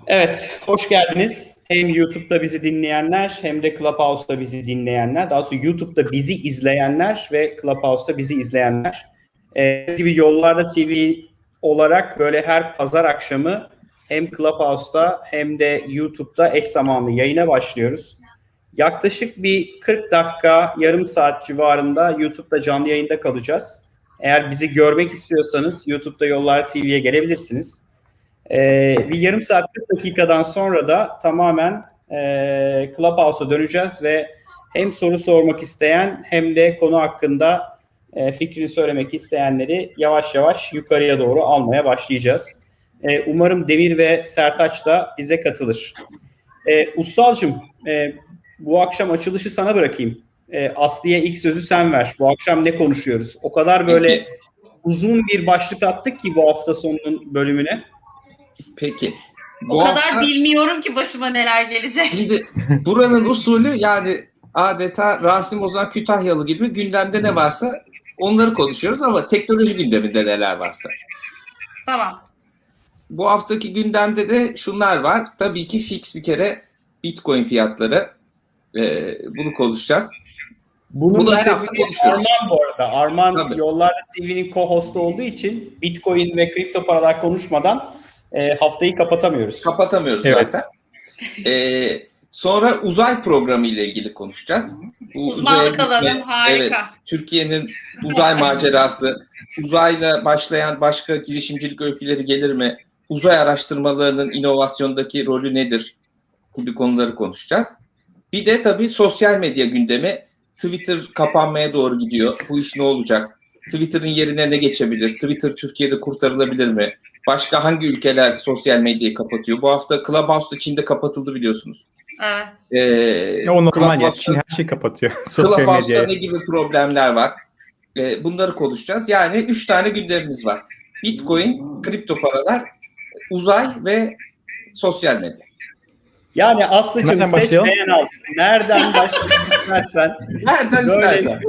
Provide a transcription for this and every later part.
Evet, hoş geldiniz. Hem YouTube'da bizi dinleyenler hem de Clubhouse'da bizi dinleyenler. Daha doğrusu YouTube'da bizi izleyenler ve Clubhouse'da bizi izleyenler. Gibi Yollarda TV olarak böyle her pazar akşamı hem Clubhouse'da hem de YouTube'da eş zamanlı yayına başlıyoruz. Yaklaşık bir 40 dakika, yarım saat civarında YouTube'da canlı yayında kalacağız. Eğer bizi görmek istiyorsanız YouTube'da Yollar TV'ye gelebilirsiniz. Bir yarım saat 40 dakikadan sonra da tamamen Clubhouse'a döneceğiz ve hem soru sormak isteyen hem de konu hakkında fikrini söylemek isteyenleri yavaş yavaş yukarıya doğru almaya başlayacağız. Umarım Demir ve Sertaç da bize katılır. Ussal'cığım, bu akşam açılışı sana bırakayım. Aslı'ya ilk sözü sen ver. Bu akşam ne konuşuyoruz? O kadar böyle uzun bir başlık attık ki bu hafta sonunun bölümüne. Peki. O kadar bilmiyorum ki başıma neler gelecek. Şimdi buranın usulü yani adeta Rasim Ozan Kütahyalı gibi gündemde ne varsa onları konuşuyoruz ama teknoloji gündeminde neler varsa. Tamam. Bu haftaki gündemde de şunlar var. Tabii ki fix bir kere Bitcoin fiyatları. Bunu konuşacağız. Bunu her hafta konuşuyoruz. Arman bu arada. Arman Tabii. Yollarda TV'nin co-hostu olduğu için Bitcoin ve kripto paralar konuşmadan haftayı kapatamıyoruz. Kapatamıyoruz zaten. Sonra uzay programı ile ilgili konuşacağız. Uzmanlık alanım harika. Evet, Türkiye'nin uzay macerası, uzayla başlayan başka girişimcilik öyküleri gelir mi? Uzay araştırmalarının inovasyondaki rolü nedir? Gibi konuları konuşacağız. Bir de tabii sosyal medya gündemi. Twitter kapanmaya doğru gidiyor. Bu iş ne olacak? Twitter'ın yerine ne geçebilir? Twitter Türkiye'de kurtarılabilir mi? Başka hangi ülkeler sosyal medyayı kapatıyor? Bu hafta Clubhouse'da Çin'de kapatıldı biliyorsunuz. Evet. O normal ya. Çin her şeyi kapatıyor. Sosyal Clubhouse'da medyaya. ne gibi problemler var? Bunları konuşacağız. Yani 3 tane gündemimiz var. Bitcoin, kripto paralar, uzay ve sosyal medya. Yani Aslı'cığım Nereden seç başlayalım? beğen al. Nereden başlamak istersen. Nereden istersen.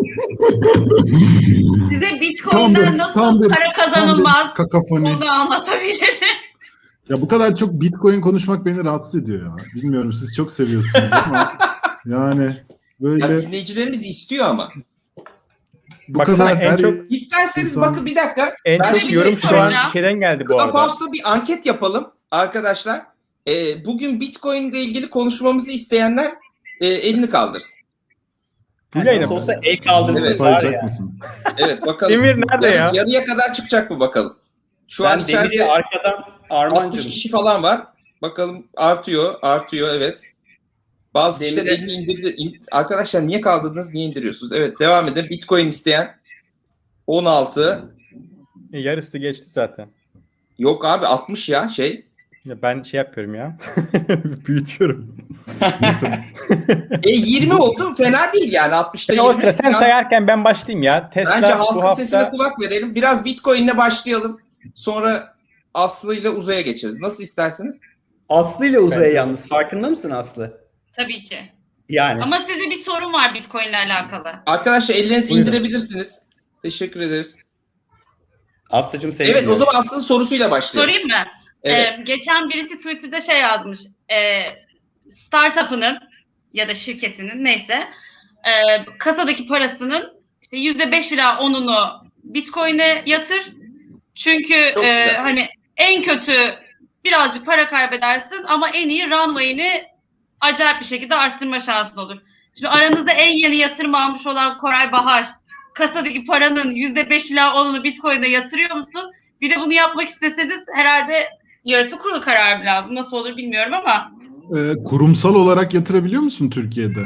Size Bitcoin'den nasıl para kazanılmaz kakafoni. onu anlatabilirim. Ya bu kadar çok Bitcoin konuşmak beni rahatsız ediyor ya. Bilmiyorum siz çok seviyorsunuz ama yani böyle Ya dinleyicilerimiz istiyor ama. bu Baksana kadar en her çok- İsterseniz İnsan- bakın bir dakika. En Ben çok şimdi yorum şu an soracağım. şeyden geldi bu arada. Clubhouse'da bir anket yapalım arkadaşlar. Bugün Bitcoin ile ilgili konuşmamızı isteyenler elini kaldırsın. Bu yayına Nasıl mı? olsa el kaldırsın Evet. var sayacak ya. mısın? Evet bakalım. Demir nerede ya? Yarıya kadar çıkacak mı bakalım. Şu an Sen Demir'i içeride arkadan 60 Armancığım. kişi falan var. Bakalım artıyor evet. Bazı kişiler Demir'e- elini indirdi. Arkadaşlar niye kaldırdınız, niye indiriyorsunuz? Evet devam edin. Bitcoin isteyen 16. Yarısı geçti zaten. Yok abi 60 ya şey. Ya ben şey yapıyorum ya. Büyütüyorum. 20 oldu fena değil yani 60'ta 20. O sıra sen Biraz- sayarken ben başlayayım ya. Tesla Bence bu halkın hafta sesine kulak verelim. Biraz Bitcoin'le başlayalım. Sonra Aslı ile uzaya geçeriz. Nasıl isterseniz? Aslı ile uzaya Bence- yalnız. Farkında mısın Aslı? Tabii ki. Yani. Ama size bir sorum var Bitcoin'le alakalı. Arkadaşlar ellerinizi Buyurun. indirebilirsiniz. Teşekkür ederiz. Aslı'cığım seni Evet o dinliyoruz. zaman Aslı'nın sorusuyla başlayalım. Sorayım mı? Evet. Geçen birisi Twitter'da şey yazmış. Startup'ının ya da şirketinin neyse kasadaki parasının işte %5 ila 10'unu Bitcoin'e yatır. Çünkü Çok güzel. hani en kötü birazcık para kaybedersin ama en iyi runway'ini acayip bir şekilde arttırma şansın olur. Şimdi aranızda en yeni yatırım almış olan Koray Bahar, kasadaki paranın %5 ila 10'unu Bitcoin'e yatırıyor musun? Bir de bunu yapmak isteseniz herhalde yönetim kurulu kararı lazım. Nasıl olur bilmiyorum ama. kurumsal olarak yatırabiliyor musun Türkiye'de?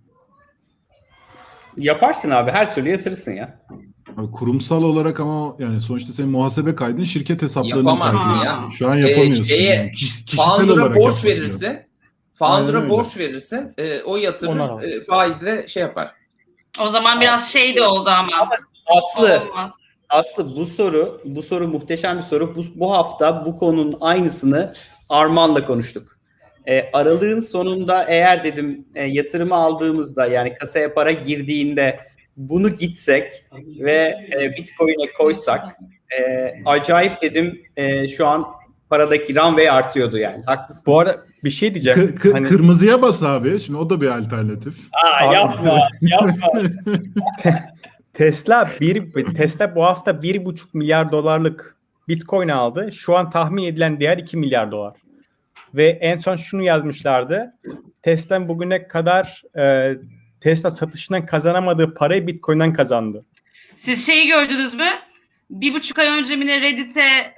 Yaparsın abi. Her türlü yatırırsın ya. Abi, kurumsal olarak ama yani sonuçta senin muhasebe kaydın şirket hesaplarına Yapamazsın kaydın. ya. Şu an yapamıyorsun. Şeye, yani. Kişisel Founder'a olarak borç yapması lazım. verirsin. Aynen Founder'a öyle. borç verirsin. O yatırır. Ona al. Faizle şey yapar. O zaman biraz şey de oldu ama. Aslı, Olmaz. Aslı bu soru muhteşem bir soru. Bu hafta bu konunun aynısını Arman'la konuştuk. Aralığın sonunda eğer dedim yatırımı aldığımızda yani kasaya para girdiğinde bunu gitsek ve Bitcoin'e koysak acayip dedim şu an paradaki runway artıyordu yani. Haklısın. Bu arada bir şey diyeceğim. Hani Kırmızıya bas abi. Şimdi o da bir alternatif. Abi- Yapma. Tesla bu hafta 1,5 milyar dolarlık Bitcoin aldı. Şu an tahmin edilen değer 2 milyar dolar. Ve en son şunu yazmışlardı. Tesla bugüne kadar Tesla satışından kazanamadığı parayı Bitcoin'den kazandı. Siz şeyi gördünüz mü? 1,5 ay önce mi ne Reddit'e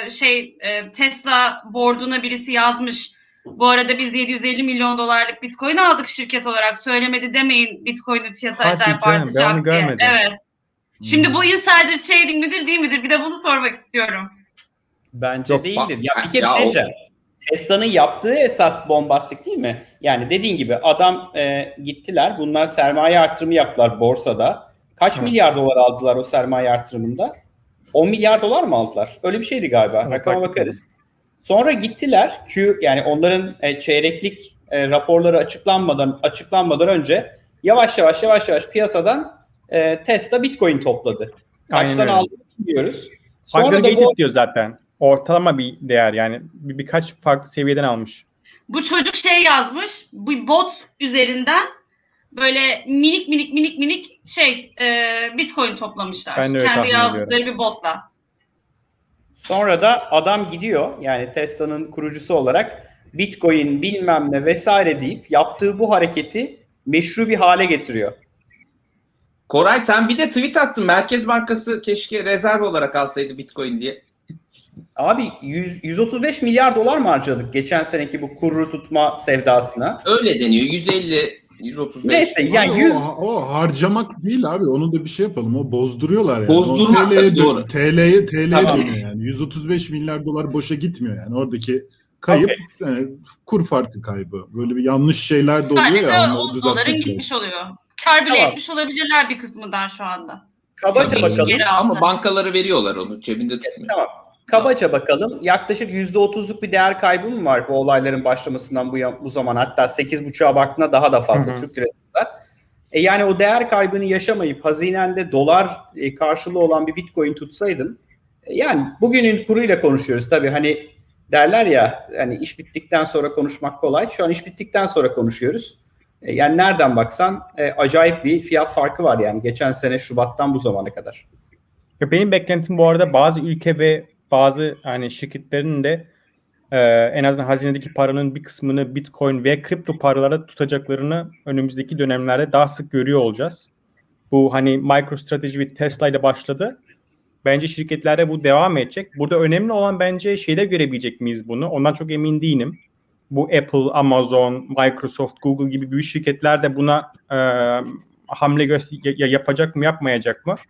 Tesla board'una birisi yazmış. Bu arada biz 750 milyon dolarlık Bitcoin aldık şirket olarak. Söylemedi demeyin, Bitcoin'in fiyatı Hadi acayip canım, ben artacak onu diye. görmedim. Evet. Şimdi bu insider trading midir değil midir? Bir de bunu sormak istiyorum. Bence Yok, değildir. Ya bir kere ya şey diyeceğim. Tesla'nın yaptığı esas bombastik değil mi? Yani dediğin gibi adam gittiler. Bunlar sermaye artırımı yaptılar borsada. Kaç Evet. milyar dolar aldılar o sermaye artırımında? 10 milyar dolar mı aldılar? Öyle bir şeydi galiba. Evet, Rakama hakikaten. bakarız. Sonra gittiler. Yani onların çeyreklik raporları açıklanmadan önce yavaş yavaş piyasadan Tesla Bitcoin topladı. Kaçtan Aynen öyle. aldığını bilmiyoruz. Sonra da Aggregated bu diyor zaten. Ortalama bir değer yani. Birkaç farklı seviyeden almış. Bu çocuk şey yazmış. Bu bot üzerinden böyle minik Bitcoin toplamışlar. Ben de öyle Kendi tahmin yazdıkları bir botla. Sonra da adam gidiyor, yani Tesla'nın kurucusu olarak Bitcoin bilmem ne vesaire deyip yaptığı bu hareketi meşru bir hale getiriyor. Koray sen bir de tweet attın. Merkez Bankası keşke rezerv olarak alsaydı Bitcoin diye. Abi 135 milyar dolar mı harcadık geçen seneki bu kuru tutma sevdasına? Öyle deniyor. 150, 135. Neyse yani Abi 100 o harcamak değil abi. Onu da bir şey yapalım. O bozduruyorlar yani. Bozdurmak O TL'ye da doğru. TL'ye Tamam. dönüyor yani. 135 milyar dolar boşa gitmiyor yani. Oradaki kayıp yani kur farkı kaybı. Böyle bir yanlış şeyler de oluyor Sadece ya. Onları 10 düzeltmek doların lazım. gitmiş oluyor. Kar bile Tamam. etmiş olabilirler bir kısmından şu anda. kabaca Tabii. bakalım. Geri alsa. Ama bankaları veriyorlar onu. Cebinde tutmuyor. Tamam. Kabaca bakalım. Yaklaşık %30'luk bir değer kaybı mı var bu olayların başlamasından bu zaman? Hatta 8,5'a baktığında daha da fazla Hı hı. Türk lirasında. Yani o değer kaybını yaşamayıp hazinende dolar karşılığı olan bir Bitcoin tutsaydın, yani bugünün kuruyla konuşuyoruz tabii, hani derler ya, hani iş bittikten sonra konuşmak kolay. Şu an iş bittikten sonra konuşuyoruz. Yani nereden baksan acayip bir fiyat farkı var yani geçen sene Şubat'tan bu zamana kadar. Ya benim beklentim bu arada bazı ülke ve bazı hani şirketlerin de en azından hazinedeki paranın bir kısmını Bitcoin ve kripto paralara tutacaklarını önümüzdeki dönemlerde daha sık görüyor olacağız. Bu hani MicroStrategy ve Tesla ile başladı. Bence şirketlerde bu devam edecek. Burada önemli olan bence şeyde görebilecek miyiz bunu? Ondan çok emin değilim. Bu Apple, Amazon, Microsoft, Google gibi büyük şirketler de buna hamle yapacak mı, yapmayacak mı?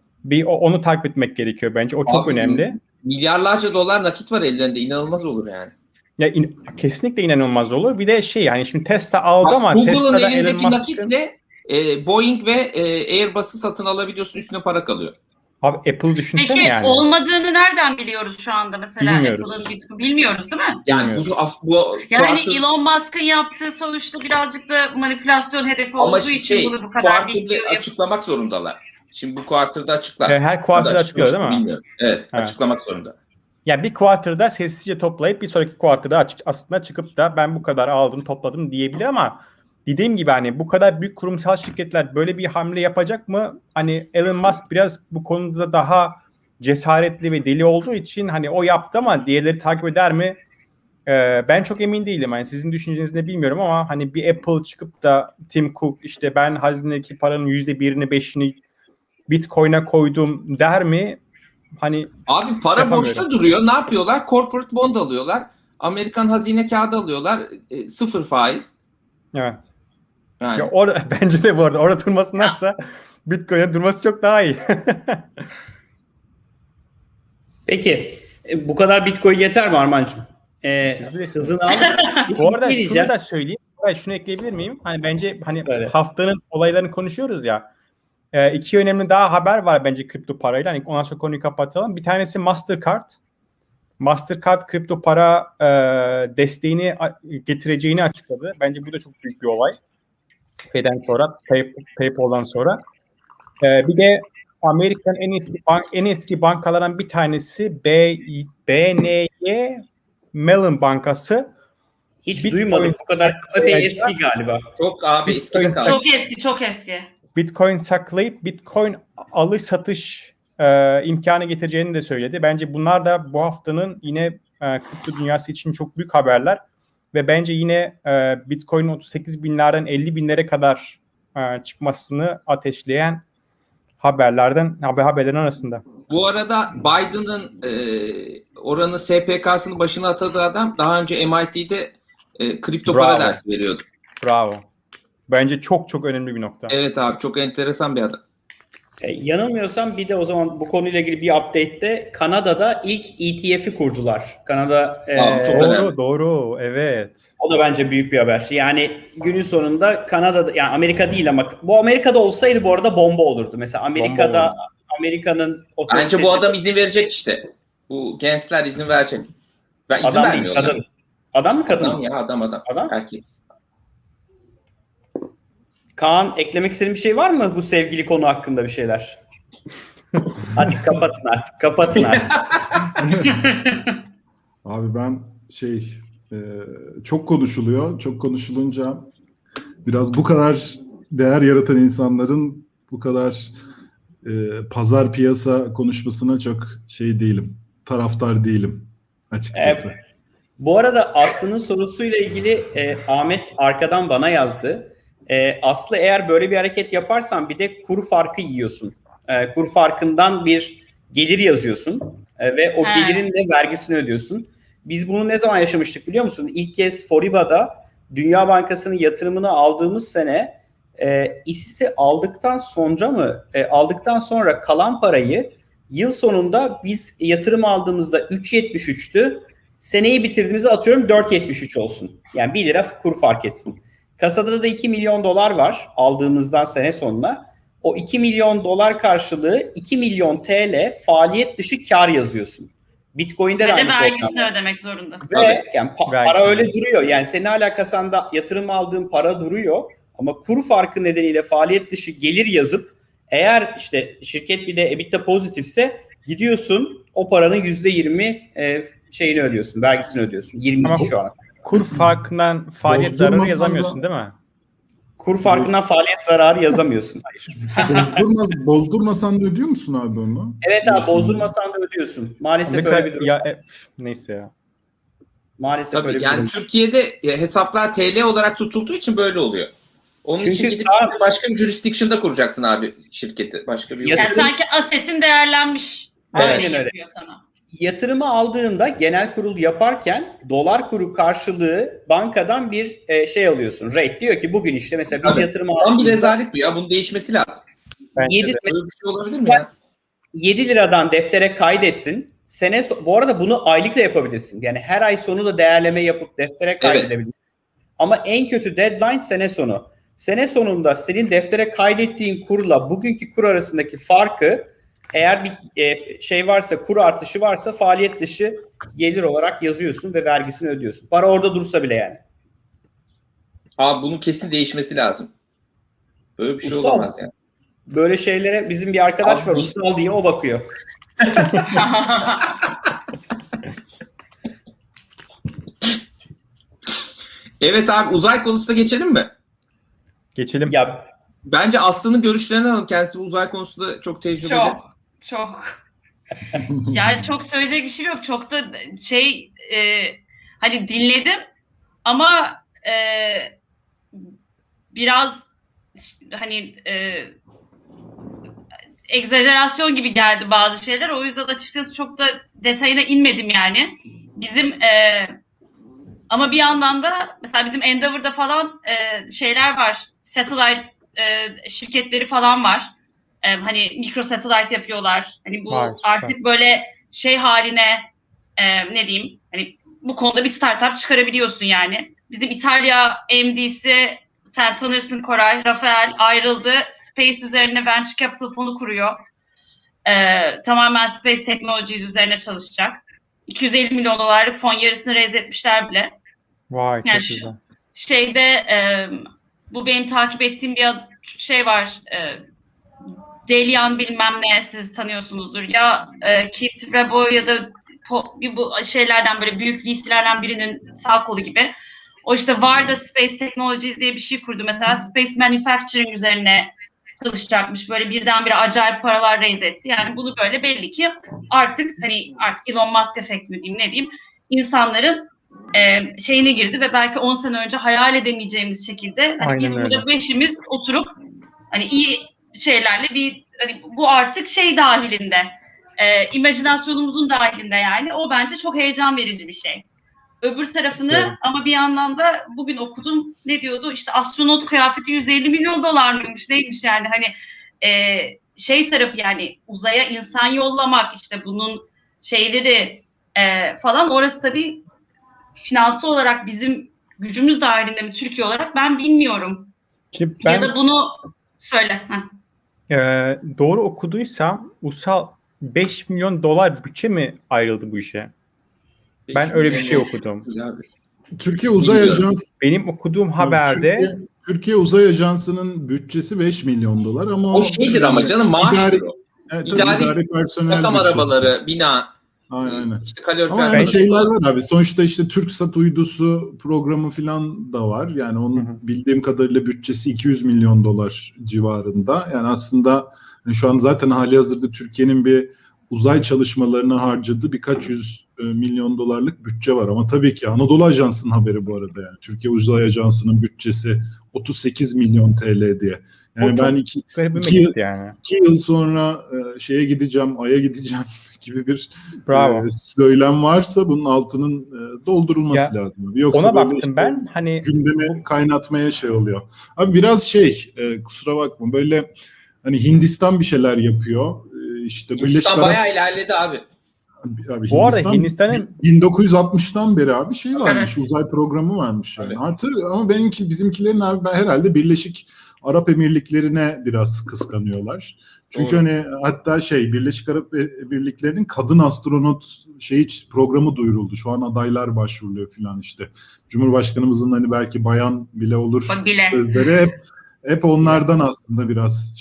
Onu takip etmek gerekiyor bence. O çok Abi, önemli. Milyarlarca dolar nakit var ellerinde. İnanılmaz olur yani. Ya kesinlikle inanılmaz olur. Bir de şey yani şimdi Tesla aldı ama Google'ın Tesla'da Elon elindeki Musk'ın... nakitle Boeing ve Airbus'u satın alabiliyorsun. Üstüne para kalıyor. Abi Apple düşünsene Peki yani. olmadığını nereden biliyoruz şu anda mesela? Bilmiyoruz. Apple'ın Bitcoin bilmiyoruz değil mi? Yani Bilmiyorum. bu Yani quarter- Elon Musk'ın yaptığı sonuçta birazcık da manipülasyon hedefi ama olduğu için bunu bu kadar quarter'da büyük açıklamak zorundalar. Şimdi bu quarter'da açıklar. Her quarter'da açıklıyor değil mi? Bilmiyorum. Evet, Evet. açıklamak zorunda. Ya bir quarter'da sessizce toplayıp bir sonraki quarter'da aslında çıkıp da ben bu kadar aldım topladım diyebilir ama dediğim gibi hani bu kadar büyük kurumsal şirketler böyle bir hamle yapacak mı? Hani Elon Musk biraz bu konuda daha cesaretli ve deli olduğu için hani o yaptı ama diğerleri takip eder mi? Ben çok emin değilim. Yani sizin düşüncenizi ne bilmiyorum ama hani bir Apple çıkıp da Tim Cook işte ben hazinedeki paranın %1'ini 5'ini Bitcoin'e koydum der mi? Hani Abi para yapamıyorum. boşta duruyor. Ne yapıyorlar? Corporate bond alıyorlar. Amerikan hazine kağıdı alıyorlar. 0 faiz. evet. Yani Ya bence de bu arada orada durmasındansa Bitcoin'e durması çok daha iyi. Peki bu kadar Bitcoin yeter mi Armancığım? Siz bilirsiniz. Hızını alıp Bu arada bir şey şunu diyeceğim. da söyleyeyim. Şunu ekleyebilir miyim? Hani bence hani Söyle. haftanın olaylarını konuşuyoruz ya. İki önemli daha haber var bence kripto parayla. Hani ondan sonra konuyu kapatalım. Bir tanesi Mastercard. Mastercard kripto para desteğini getireceğini açıkladı. Bence bu da çok büyük bir olay. Şeyden sonra, PayPal'dan sonra. Bir de Amerika'nın en eski bankalardan bir tanesi BNY Mellon Bankası Hiç Bitcoin- duymadım. Bu kadar epey eski galiba. Çok abi eskide Bitcoin- kaldı. Çok eski, çok eski. Bitcoin saklayıp Bitcoin alış satış imkanı getireceğini de söyledi. Bence bunlar da bu haftanın yine kripto dünyası için çok büyük haberler ve bence yine Bitcoin'in 38 binlerden 50 binlere kadar çıkmasını ateşleyen haberlerin arasında. Bu arada Biden'ın oranın SPK'sını başına atadığı adam daha önce MIT'de kripto para Bravo. dersi veriyordu. Bravo. Bence çok çok önemli bir nokta. Evet abi çok enteresan bir adam. Yanılmıyorsam bir de o zaman bu konuyla ilgili bir update'te Kanada'da ilk ETF'i kurdular. Kanada Çok Doğru, önemli. doğru. Evet. o da bence büyük bir haber. Yani günün sonunda Kanada'da, yani Amerika değil ama bu Amerika'da olsaydı bu arada bomba olurdu. Mesela Amerika'da olurdu. Amerika'nın Bence bu adam izin verecek işte. Bu gençler izin verecek. Ben izin adam değil, vermiyorlar. kadın. Adam mı kadın? Adam mı? ya adam. Adam? Erkek. Kaan, eklemek istediğin bir şey var mı bu sevgili konu hakkında bir şeyler? Hadi kapatın artık. Abi ben çok konuşuluyor. Çok konuşulunca biraz bu kadar değer yaratan insanların bu kadar pazar piyasa konuşmasına çok değilim. Taraftar değilim açıkçası. Bu arada Aslı'nın sorusuyla ilgili Ahmet arkadan bana yazdı. Aslı, eğer böyle bir hareket yaparsan bir de kur farkı yiyorsun. Kur farkından bir gelir yazıyorsun ve o gelirin de vergisini ödüyorsun. Biz bunu ne zaman yaşamıştık biliyor musun? İlk kez Foriba'da Dünya Bankası'nın yatırımını aldığımız sene İSİS'i aldıktan sonra kalan parayı yıl sonunda biz yatırım aldığımızda 3.73'tü. Seneyi bitirdiğimizde atıyorum 4.73 olsun. Yani 1 lira kur fark etsin. Kasada da 2 milyon dolar var aldığımızdan sene sonuna. O 2 milyon dolar karşılığı 2 milyon TL faaliyet dışı kar yazıyorsun. Bitcoin'de de Ve de aynı program vergisini var. ödemek zorundasın. Ve yani para Vergisini. öyle duruyor. Yani senin hala kasanda yatırım aldığın para duruyor. Ama kur farkı nedeniyle faaliyet dışı gelir yazıp eğer işte şirket bir de EBITDA pozitifse gidiyorsun o paranın %20 şeyini ödüyorsun. Vergisini ödüyorsun. 22 Ama şu an. Kur farkından faaliyet Bozdurmasan zararı da- yazamıyorsun değil mi? Kur farkından faaliyet zararı yazamıyorsun. Hayır. Bozdurmasan da ödüyor musun abi onu? Evet abi, bozdurmasan da ödüyorsun. Maalesef Ne öyle kadar- bir durum. neyse ya. Maalesef Tabii öyle bir yani durum. Türkiye'de hesaplar TL olarak tutulduğu için böyle oluyor. Onun Çünkü için gidip abi- başka bir jurisdiction'da kuracaksın abi şirketi. Başka bir Ya- Yani sanki asetin değerlenmiş. Aynen Öyle öyle. yapıyor sana. Yatırımı aldığında genel kurul yaparken dolar kuru karşılığı bankadan bir şey alıyorsun. Rate diyor ki bugün işte mesela biz Tabii. yatırım Tam bir aldığımızda rezalet bu ya. Bunun değişmesi lazım. Bence 7, de. Böyle bir şey olabilir mi ya? 7 liradan deftere kaydettin. Bu arada bunu aylık da yapabilirsin. Yani her ay sonu da değerleme yapıp deftere kaydedebilirsin. Ama en kötü deadline sene sonu. Sene sonunda senin deftere kaydettiğin kurla bugünkü kur arasındaki farkı, eğer bir şey varsa, kur artışı varsa faaliyet dışı gelir olarak yazıyorsun ve vergisini ödüyorsun. Para orada dursa bile yani. Abi bunun kesin değişmesi lazım. Böyle bir şey Ussal. olamaz yani. Böyle şeylere bizim bir arkadaş Abi- var, Ussal diye, o bakıyor. Evet abi uzay konusuna geçelim mi? Geçelim. Ya Bence Aslı'nın görüşlerini alalım. Kendisi bu uzay konusunda çok tecrübeli. Çok. Yani çok söyleyecek bir şey yok. Çok da hani dinledim ama biraz hani egzajerasyon gibi geldi bazı şeyler. O yüzden açıkçası çok da detayına inmedim yani. Bizim ama bir yandan da mesela bizim Endeavor'da falan şeyler var. Satellite şirketleri falan var. Hani mikro satellite yapıyorlar. Hani bu Var, süper. artık böyle şey haline ne diyeyim? Hani bu konuda bir startup çıkarabiliyorsun yani. Bizim İtalya MD'si, sen tanırsın Koray, Rafael ayrıldı. Space üzerine venture capital fonu kuruyor. Tamamen space technologies üzerine çalışacak. 250 milyon dolarlık fon, yarısını raise etmişler bile. Vay çok Yani güzel. Şeyde bu benim takip ettiğim bir şey var. Delian bilmem ne siz tanıyorsunuzdur. Ya Keith Rabo ya da bu şeylerden böyle büyük VC'lerden birinin sağ kolu gibi. O işte Varda Space Technologies diye bir şey kurdu. Mesela Space Manufacturing üzerine çalışacakmış. Böyle birdenbire acayip paralar raise etti. Yani bunu böyle belli ki artık Elon Musk efekt mi diyeyim ne diyeyim, insanların şeyine girdi ve belki 10 sene önce hayal edemeyeceğimiz şekilde biz burada beşimiz oturup iyi şeylerle bu artık şey dahilinde, imajinasyonumuzun dahilinde yani. O bence çok heyecan verici bir şey. Öbür tarafını ama bir yandan da bugün okudum, ne diyordu, işte astronot kıyafeti 150 milyon dolar mıymış neymiş yani, şey tarafı yani uzaya insan yollamak, işte bunun şeyleri falan, orası tabii finansal olarak bizim gücümüz dahilinde mi Türkiye olarak ben bilmiyorum. Ya da bunu söyle. Doğru okuduysam Usal 5 milyon dolar bütçe mi ayrıldı bu işe? Ben öyle bir şey okudum. Türkiye Uzay Ajansı, benim okuduğum haberde Türkiye Uzay Ajansı'nın bütçesi 5 milyon dolar ama o şeydir ama canım, maaştır o. İdari personel takım bütçesi. arabaları, bina. Aynen. İşte kalorifer. Ama yani şeyler var abi. Sonuçta işte TürkSat uydusu programı falan da var. Yani onun bildiğim kadarıyla bütçesi 200 milyon dolar civarında. Yani aslında şu an zaten halihazırda Türkiye'nin bir uzay çalışmalarına harcadığı birkaç yüz milyon dolarlık bütçe var. Ama tabii ki Anadolu Ajansı'nın haberi bu arada yani. Türkiye Uzay Ajansı'nın bütçesi 38 milyon TL diye. Yani ben iki yıl sonra şeye gideceğim, Ay'a gideceğim gibi bir söylem varsa bunun altının doldurulması lazım. Yoksa ona baktım ben gündemi kaynatmaya şey oluyor. Abi biraz kusura bakma, böyle Hindistan bir şeyler yapıyor. İşte Hindistan bayağı ilerledi abi. Bu arada Hindistan'ın 1960'tan beri abi varmış, uzay programı varmış yani. Artı ama bizimkilerin abi herhalde Birleşik Arap Emirlikleri'ne biraz kıskanıyorlar. Çünkü hatta Birleşik Arap Emirlikleri'nin kadın astronot programı duyuruldu. Şu an adaylar başvuruyor falan işte. Cumhurbaşkanımızın belki bayan bile olur sözleri hep onlardan aslında biraz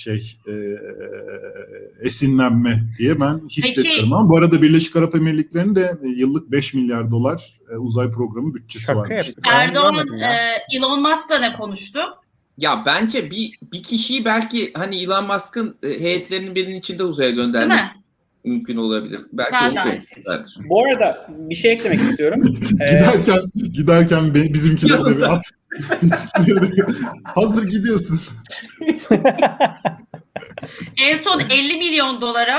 esinlenme diye ben hissediyorum. Ama bu arada Birleşik Arap Emirlikleri'nin de yıllık 5 milyar dolar uzay programı bütçesi varmış. Erdoğan Elon Musk'la ne konuştu? Ya bence bir kişiyi belki Elon Musk'ın heyetlerinin birinin içinde uzaya göndermek mümkün olabilir. Belki onu konuşurlar. Bu arada bir şey eklemek istiyorum. Giderken bizimkileri de bir at. Hazır gidiyorsun. En son 50 milyon dolara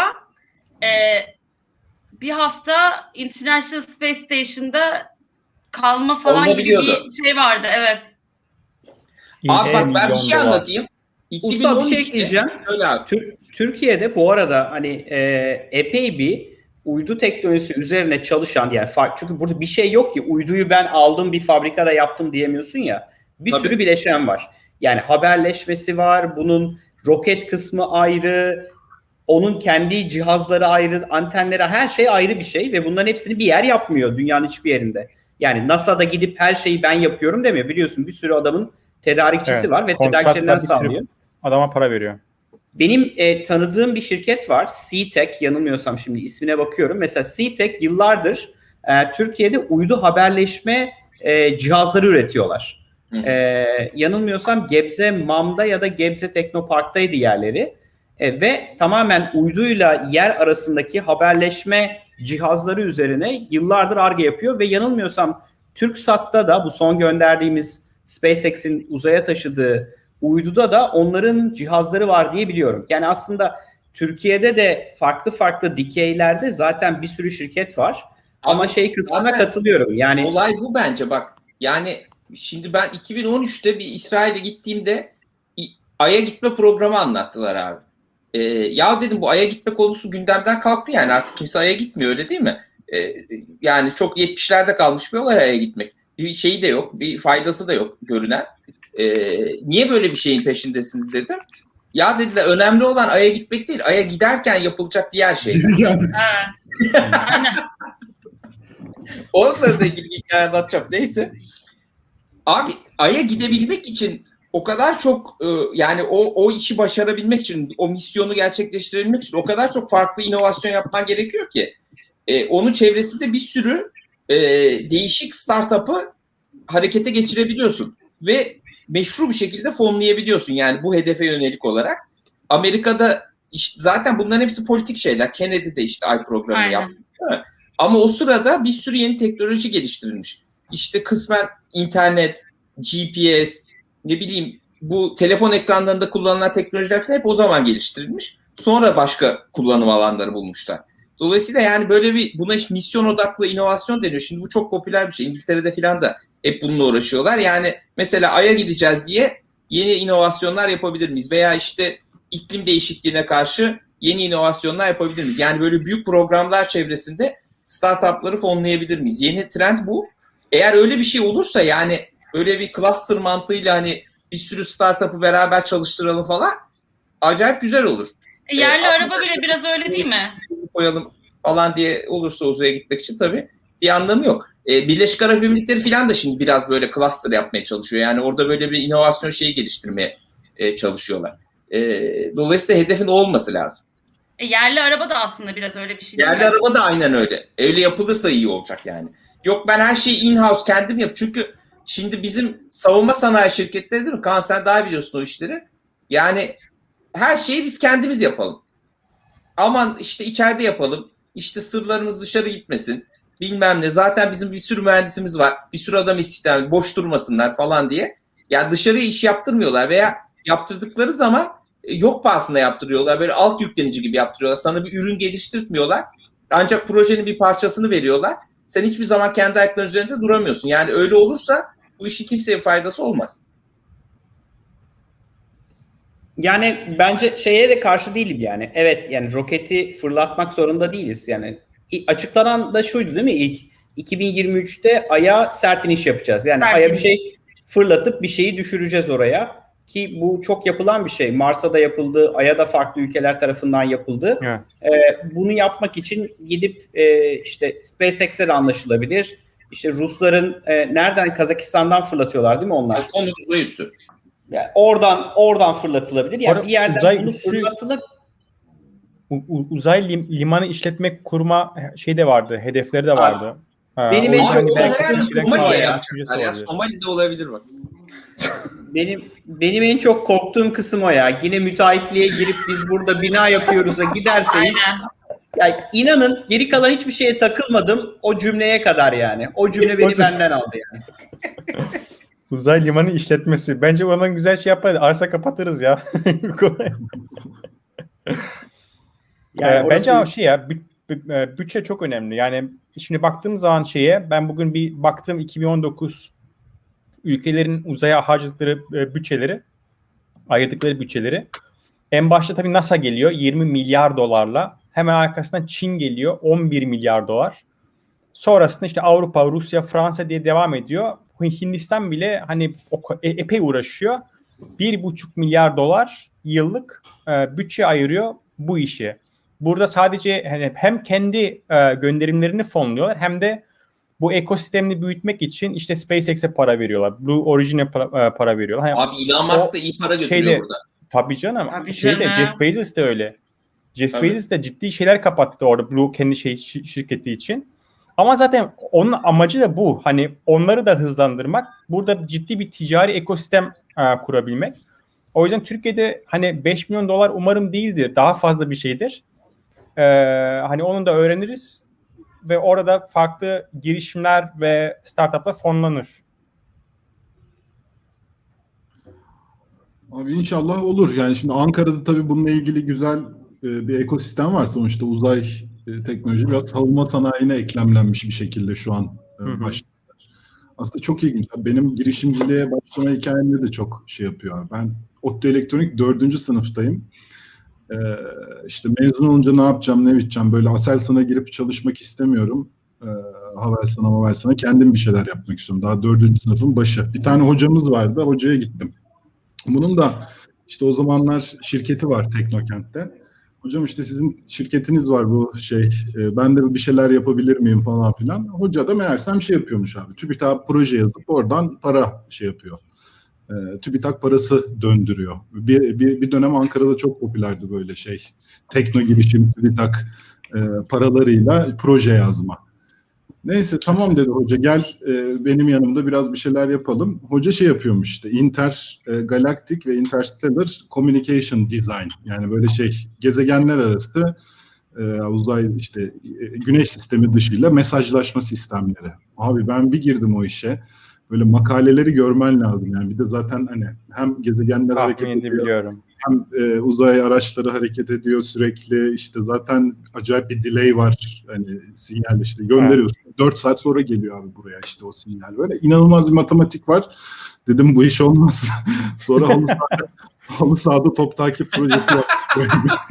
bir hafta International Space Station'da kalma falan gibi bir şey vardı. Evet. Abi bak ben bir şey anlatayım. 2013'te bir şey ekleyeceğim. Türkiye'de bu arada epey bir uydu teknolojisi üzerine çalışan çünkü burada bir şey yok ki uyduyu ben aldım bir fabrikada yaptım diyemiyorsun ya. Bir sürü bileşen var. Yani haberleşmesi var, bunun roket kısmı ayrı, onun kendi cihazları ayrı, antenleri, her şey ayrı bir şey ve bunların hepsini bir yer yapmıyor dünyanın hiçbir yerinde. Yani NASA'da gidip her şeyi ben yapıyorum demiyor. Biliyorsun bir sürü adamın tedarikçisi var ve tedarikçilerinden sağlıyor. Adama para veriyor. Benim tanıdığım bir şirket var. SeaTech, yanılmıyorsam şimdi ismine bakıyorum. Mesela SeaTech yıllardır Türkiye'de uydu haberleşme cihazları üretiyorlar. Yanılmıyorsam Gebze MAM'da ya da Gebze Teknopark'taydı yerleri. Ve tamamen uyduyla yer arasındaki haberleşme cihazları üzerine yıllardır Ar-Ge yapıyor ve yanılmıyorsam TürkSat'ta da bu son gönderdiğimiz SpaceX'in uzaya taşıdığı uyduda da onların cihazları var diye biliyorum. Yani aslında Türkiye'de de farklı dikeylerde zaten bir sürü şirket var. Ama kısmına katılıyorum. Yani olay bu bence bak. Yani şimdi ben 2013'te bir İsrail'e gittiğimde Ay'a gitme programı anlattılar abi. Ya dedim bu Ay'a gitme konusu gündemden kalktı yani artık kimse Ay'a gitmiyor öyle değil mi? Yani çok 70'lerde kalmış bir olay Ay'a gitmek. Bir şeyi de yok, bir faydası da yok görünen. Niye böyle bir şeyin peşindesiniz dedim. Ya dediler önemli olan Ay'a gitmek değil, Ay'a giderken yapılacak diğer şey. Onunla da ilgili bir hikaye anlatacağım. Neyse. Abi Ay'a gidebilmek için o kadar çok yani o işi başarabilmek için, o misyonu gerçekleştirebilmek için o kadar çok farklı inovasyon yapman gerekiyor ki onun çevresinde bir sürü değişik startup'ı harekete geçirebiliyorsun ve meşru bir şekilde fonlayabiliyorsun yani bu hedefe yönelik olarak. Amerika'da işte zaten bunların hepsi politik şeyler. Kennedy de işte ay programını yaptı. Ama o sırada bir sürü yeni teknoloji geliştirilmiş. İşte kısmen internet, GPS, ne bileyim bu telefon ekranlarında kullanılan teknolojiler falan hep o zaman geliştirilmiş. Sonra başka kullanım alanları bulmuşlar. Dolayısıyla yani böyle buna misyon odaklı inovasyon deniyor. Şimdi bu çok popüler bir şey. İngiltere'de falan da hep bununla uğraşıyorlar. Yani mesela Ay'a gideceğiz diye yeni inovasyonlar yapabilir miyiz? Veya işte iklim değişikliğine karşı yeni inovasyonlar yapabilir miyiz? Yani böyle büyük programlar çevresinde startupları fonlayabilir miyiz? Yeni trend bu. Eğer öyle bir şey olursa yani öyle bir cluster mantığıyla hani bir sürü startup'ı beraber çalıştıralım falan acayip güzel olur. Yerli araba bile biraz öyle değil mi? Koyalım falan diye olursa uzaya gitmek için tabii bir anlamı yok. Birleşik Arap Emirlikleri falan da şimdi biraz böyle cluster yapmaya çalışıyor. Yani orada böyle bir inovasyon şeyi geliştirmeye çalışıyorlar. Dolayısıyla hedefin o olması lazım. Yerli araba da aslında biraz öyle bir şey değil Yerli mi? araba da aynen öyle. Öyle yapılırsa iyi olacak yani. Yok ben her şeyi in-house kendim yap. Çünkü şimdi bizim savunma sanayi şirketleri değil mi? Kaan sen daha biliyorsun o işleri. Yani her şeyi biz kendimiz yapalım. Aman işte içeride yapalım. İşte sırlarımız dışarı gitmesin. Bilmem ne. Zaten bizim bir sürü mühendisimiz var. Bir sürü adam istihdam, boş durmasınlar falan diye. Yani dışarıya iş yaptırmıyorlar veya yaptırdıkları zaman yok pahasına yaptırıyorlar. Böyle alt yüklenici gibi yaptırıyorlar. Sana bir ürün geliştirtmiyorlar. Ancak projenin bir parçasını veriyorlar. Sen hiçbir zaman kendi ayaklarının üzerinde duramıyorsun. Yani öyle olursa bu işin kimseye faydası olmaz. Yani bence şeye de karşı değilim yani. Evet yani roketi fırlatmak zorunda değiliz. Yani açıklanan da şuydu değil mi ilk? 2023'te Ay'a sert iniş yapacağız. Yani Sert Ay'a bir iniş. şey fırlatıp bir şeyi düşüreceğiz oraya. Ki bu çok yapılan bir şey. Mars'a da yapıldı, Ay'a da farklı ülkeler tarafından yapıldı. Evet. Bunu yapmak için gidip işte SpaceX'e de anlaşılabilir. İşte Rusların nereden? Kazakistan'dan fırlatıyorlar değil mi onlar? Konu uzay üssü. Yani oradan fırlatılabilir. Yani bir yerden uzay bunu üssü- fırlatılıp Uzay limanı işletmek kurma şey de vardı. Hedefleri de vardı. Benim O en yüzden çok Abi o da belki herhalde eskiden Somali'ye kaldı. yapacaklar ya. Düşüncesi olabilir. Somali'de olabilir bak. benim en çok korktuğum kısım o ya. Yine müteahhitliğe girip biz burada bina yapıyoruz'a giderse iş. Aynen. Ya inanın geri kalan hiçbir şeye takılmadım o cümleye kadar yani. O cümle beni benden aldı yani. Uzay limanı işletmesi. Bence ondan güzel şey yaparız. Arsa kapatırız ya. Yani orası- Bence ama şey ya bütçe çok önemli. Yani şimdi baktığım zaman ben bugün bir baktım 2019 ülkelerin uzaya harcadıkları bütçeleri, ayırdıkları bütçeleri. En başta tabii NASA geliyor 20 milyar dolarla. Hemen arkasından Çin geliyor 11 milyar dolar. Sonrasında işte Avrupa, Rusya, Fransa diye devam ediyor. Hindistan bile hani epey uğraşıyor. 1,5 milyar dolar yıllık bütçe ayırıyor bu işe. Burada sadece hani hem kendi gönderimlerini fonluyorlar hem de bu ekosistemini büyütmek için işte SpaceX'e para veriyorlar. Blue Origin'e para veriyorlar. Hani Abi Elon Musk da iyi para götürüyor şeyde- burada. tabii canım. Tabii canım. Jeff Bezos de öyle. Jeff Tabii. Bezos de ciddi şeyler kapattı orada Blue kendi şirketi için. Ama zaten onun amacı da bu. Hani onları da hızlandırmak. Burada ciddi bir ticari ekosistem kurabilmek. O yüzden Türkiye'de hani 5 milyon dolar umarım değildir. Daha fazla bir şeydir. Hani onu da öğreniriz. Ve orada farklı girişimler ve startuplar fonlanır. Abi inşallah olur. Yani şimdi Ankara'da tabii bununla ilgili güzel bir ekosistem var. Sonuçta uzay teknoloji biraz savunma sanayine eklemlenmiş bir şekilde şu an başladı. Aslında çok ilginç. Benim girişimciliğe başlama hikayemde de çok şey yapıyor. Ben ODTÜ Elektronik 4. sınıftayım. İşte mezun olunca ne yapacağım, ne biteceğim. Böyle Aselsan'a girip çalışmak istemiyorum. Havelsan'a kendim bir şeyler yapmak istiyorum. Daha 4. sınıfın başı. Bir tane hocamız vardı. Hocaya gittim. Bunun da işte o zamanlar şirketi var Teknokent'te. Hocam işte sizin şirketiniz var bu ben de bir şeyler yapabilir miyim falan filan. Hoca da meğersem şey yapıyormuş abi. TÜBİTAK proje yazıp oradan para yapıyor. TÜBİTAK parası döndürüyor. Bir dönem Ankara'da çok popülerdi böyle şey. Tekno girişim TÜBİTAK paralarıyla proje yazma. Neyse tamam dedi hoca, gel benim yanımda biraz bir şeyler yapalım. Hoca şey yapıyormuş işte, Intergalactic ve Interstellar Communication Design. Yani böyle şey, gezegenler arası uzay işte güneş sistemi dışıyla mesajlaşma sistemleri. Abi ben bir girdim o işe. Böyle makaleleri görmen lazım yani. Bir de zaten hani hem gezegenler hareket Tahmin ediyor, edebiliyorum. hem uzay araçları hareket ediyor sürekli. İşte zaten acayip bir delay var. Hani sinyal işte gönderiyorsun. 4 saat sonra geliyor abi buraya işte o sinyal. Böyle inanılmaz bir matematik var. Dedim bu iş olmaz. Sonra halı sahada top takip projesi yaptık.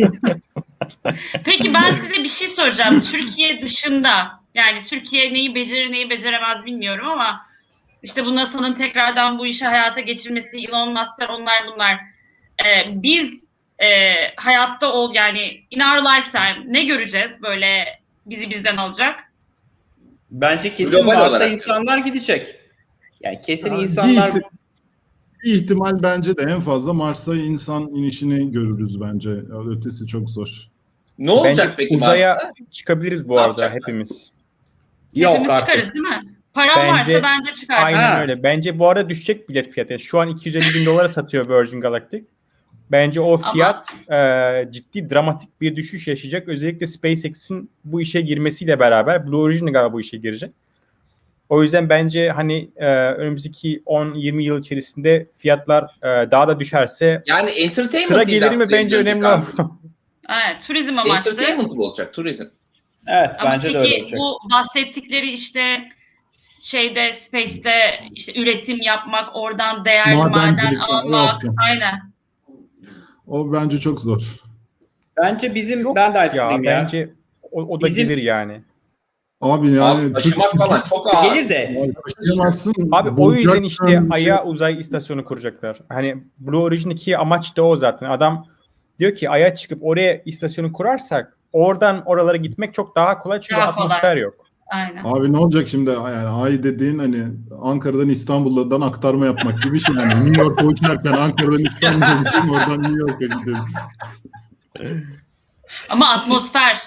Peki ben size bir şey soracağım. Türkiye dışında, yani Türkiye neyi becerir neyi beceremez bilmiyorum ama işte bu NASA'nın tekrardan bu işi hayata geçirmesi, Elon Musk'lar, onlar bunlar. Biz hayatta yani in our lifetime ne göreceğiz böyle bizi bizden alacak? Bence kesin Global Mars'a olarak. insanlar gidecek. Yani kesin Yani insanlar bir ihtimal bence de en fazla Mars'a insan inişini görürüz bence. Ötesi çok zor. Ne olacak Bence peki uzaya Mars'ta? çıkabiliriz bu Ne arada yapacaklar? hepimiz. yok Hepimiz artık. çıkarız değil mi? Param Bence- varsa bence çıkarsın. Aynen Ha. öyle. Bence bu arada düşecek bilet fiyatı. Yani şu an 250 bin dolara satıyor Virgin Galactic. Bence o Ama- fiyat ciddi dramatik bir düşüş yaşayacak. Özellikle SpaceX'in bu işe girmesiyle beraber Blue Origin de galiba bu işe girecek. O yüzden bence hani önümüzdeki 10-20 yıl içerisinde fiyatlar daha da düşerse Yani entertainment sıra gelir mi industry'e bence dönecek önemli abi. olan. Evet, turizm amaçlı. Entertainment mı olacak? Turizm. Evet Ama bence de peki öyle olacak. bu bahsettikleri işte Space'te işte üretim yapmak, oradan değerli maden Madencilik almak. yok. Aynen. O bence çok zor. Bence bizim Yok ben de aynı ya fikirdeyim ya. bence o da Bizim- gelir yani. Abi yani Abi taşımak falan çok ağır. Gelir de taşıyamazsın. Abi o yüzden işte bulacaksın, Ay'a uzay istasyonu kuracaklar. Hani Blue Origin'deki amaç da o zaten. Adam diyor ki Ay'a çıkıp oraya istasyonu kurarsak oradan oralara gitmek çok daha kolay çünkü Daha kolay. atmosfer yok. Aynen. Abi ne olacak şimdi, yani ay dediğin hani Ankara'dan İstanbul'dan aktarma yapmak gibi şey yani. New York'a uçarken Ankara'dan İstanbul'a gideyim, oradan New York'a gideyim. Ama atmosfer.